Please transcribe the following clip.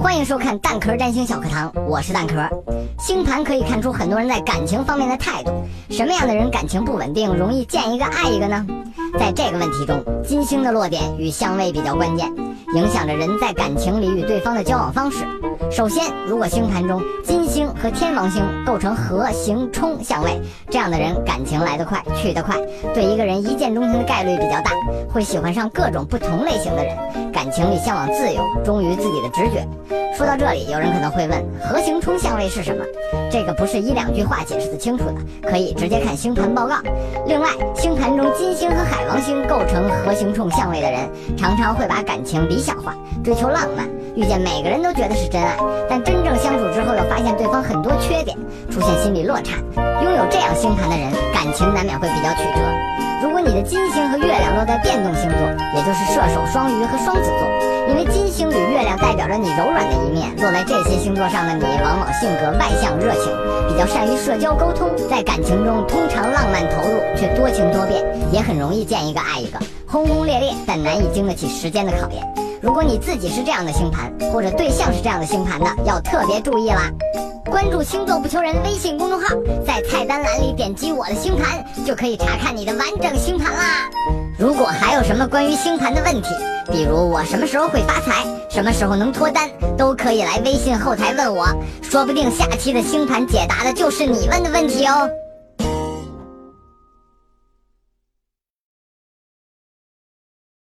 欢迎收看蛋壳占星小课堂，我是蛋壳。星盘可以看出很多人在感情方面的态度，什么样的人感情不稳定，容易见一个爱一个呢？在这个问题中，金星的落点与相位比较关键，影响着人在感情里与对方的交往方式。首先，如果星盘中金星和天王星构成合刑冲相位，这样的人感情来得快去得快，对一个人一见钟情的概率比较大，会喜欢上各种不同类型的人，感情里向往自由，忠于自己的直觉。说到这里，有人可能会问，合刑冲相位是什么？这个不是一两句话解释得清楚的，可以直接看星盘报告。另外，星盘中金星和海王星构成合刑冲相位的人，常常会把感情理想化，追求浪漫，遇见每个人都觉得是真爱，但真正相处之后又发现对方很多缺点，出现心理落差。拥有这样星盘的人，感情难免会比较曲折。如果你的金星和月亮落在变动星座，也就是射手、双鱼和双子座，因为金星与月亮代表着你柔软的一面，落在这些星座上的你，往往性格外向热情，比较善于社交沟通，在感情中通常浪漫投入，却多情多变，也很容易见一个爱一个，轰轰烈烈，但难以经得起时间的考验。如果你自己是这样的星盘，或者对象是这样的星盘的，要特别注意啦。关注星座不求人微信公众号，在菜单栏里点击我的星盘，就可以查看你的完整星盘啦。如果还有什么关于星盘的问题，比如我什么时候会发财，什么时候能脱单，都可以来微信后台问我，说不定下期的星盘解答的就是你问的问题哦。